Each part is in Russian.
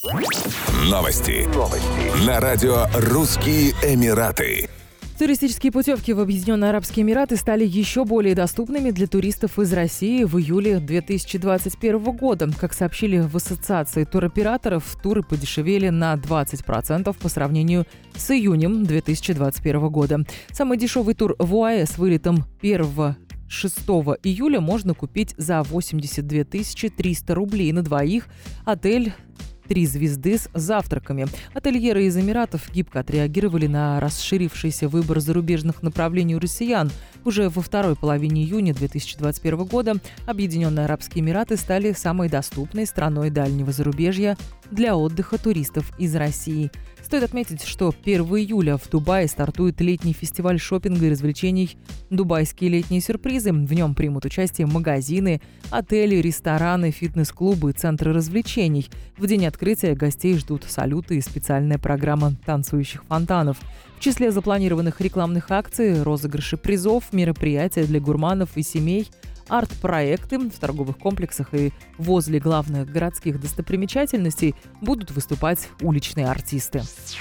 Новости. На радио «Русские Эмираты». Туристические путевки в Объединенные Арабские Эмираты стали еще более доступными для туристов из России в июле 2021 года. Как сообщили в Ассоциации туроператоров, туры подешевели на 20% по сравнению с июнем 2021 года. Самый дешевый тур в ОАЭ с вылетом 1-6 июля можно купить за 82 300 рублей на двоих. Отель 3 звезды с завтраками. Ательеры из Эмиратов гибко отреагировали на расширившийся выбор зарубежных направлений у россиян. Уже во второй половине июня 2021 года Объединенные Арабские Эмираты стали самой доступной страной дальнего зарубежья для отдыха туристов из России. Стоит отметить, что 1 июля в Дубае стартует летний фестиваль шопинга и развлечений «Дубайские летние сюрпризы». В нем примут участие магазины, отели, рестораны, фитнес-клубы и центры развлечений. В день открытия гостей ждут салюты и специальная программа танцующих фонтанов. В числе запланированных рекламных акций, розыгрыши призов, мероприятия для гурманов и семей, арт-проекты в торговых комплексах и возле главных городских достопримечательностей будут выступать уличные артисты.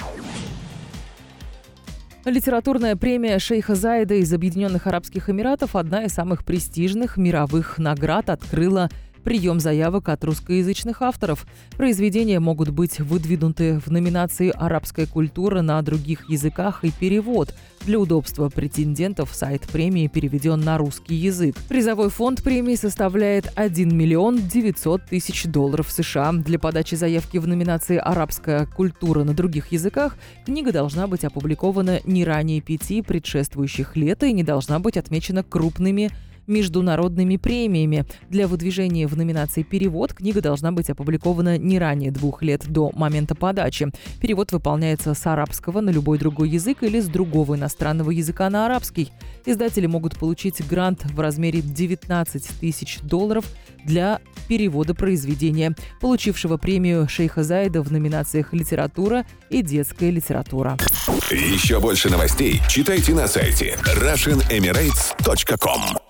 Литературная премия шейха Заида из Объединенных Арабских Эмиратов, одна из самых престижных мировых наград, открыла прием заявок от русскоязычных авторов. Произведения могут быть выдвинуты в номинации «Арабская культура» на других языках и перевод. Для удобства претендентов сайт премии переведен на русский язык. Призовой фонд премии составляет $1 900 000 США. Для подачи заявки в номинации «Арабская культура» на других языках книга должна быть опубликована не ранее 5 предшествующих лет и не должна быть отмечена крупными международными премиями. Для выдвижения в номинации «Перевод» книга должна быть опубликована не ранее 2 лет до момента подачи. Перевод выполняется с арабского на любой другой язык или с другого иностранного языка на арабский. Издатели могут получить грант в размере $19 000 для перевода произведения, получившего премию шейха Заида в номинациях «Литература» и «Детская литература». Еще больше новостей читайте на сайте RussianEmirates.com.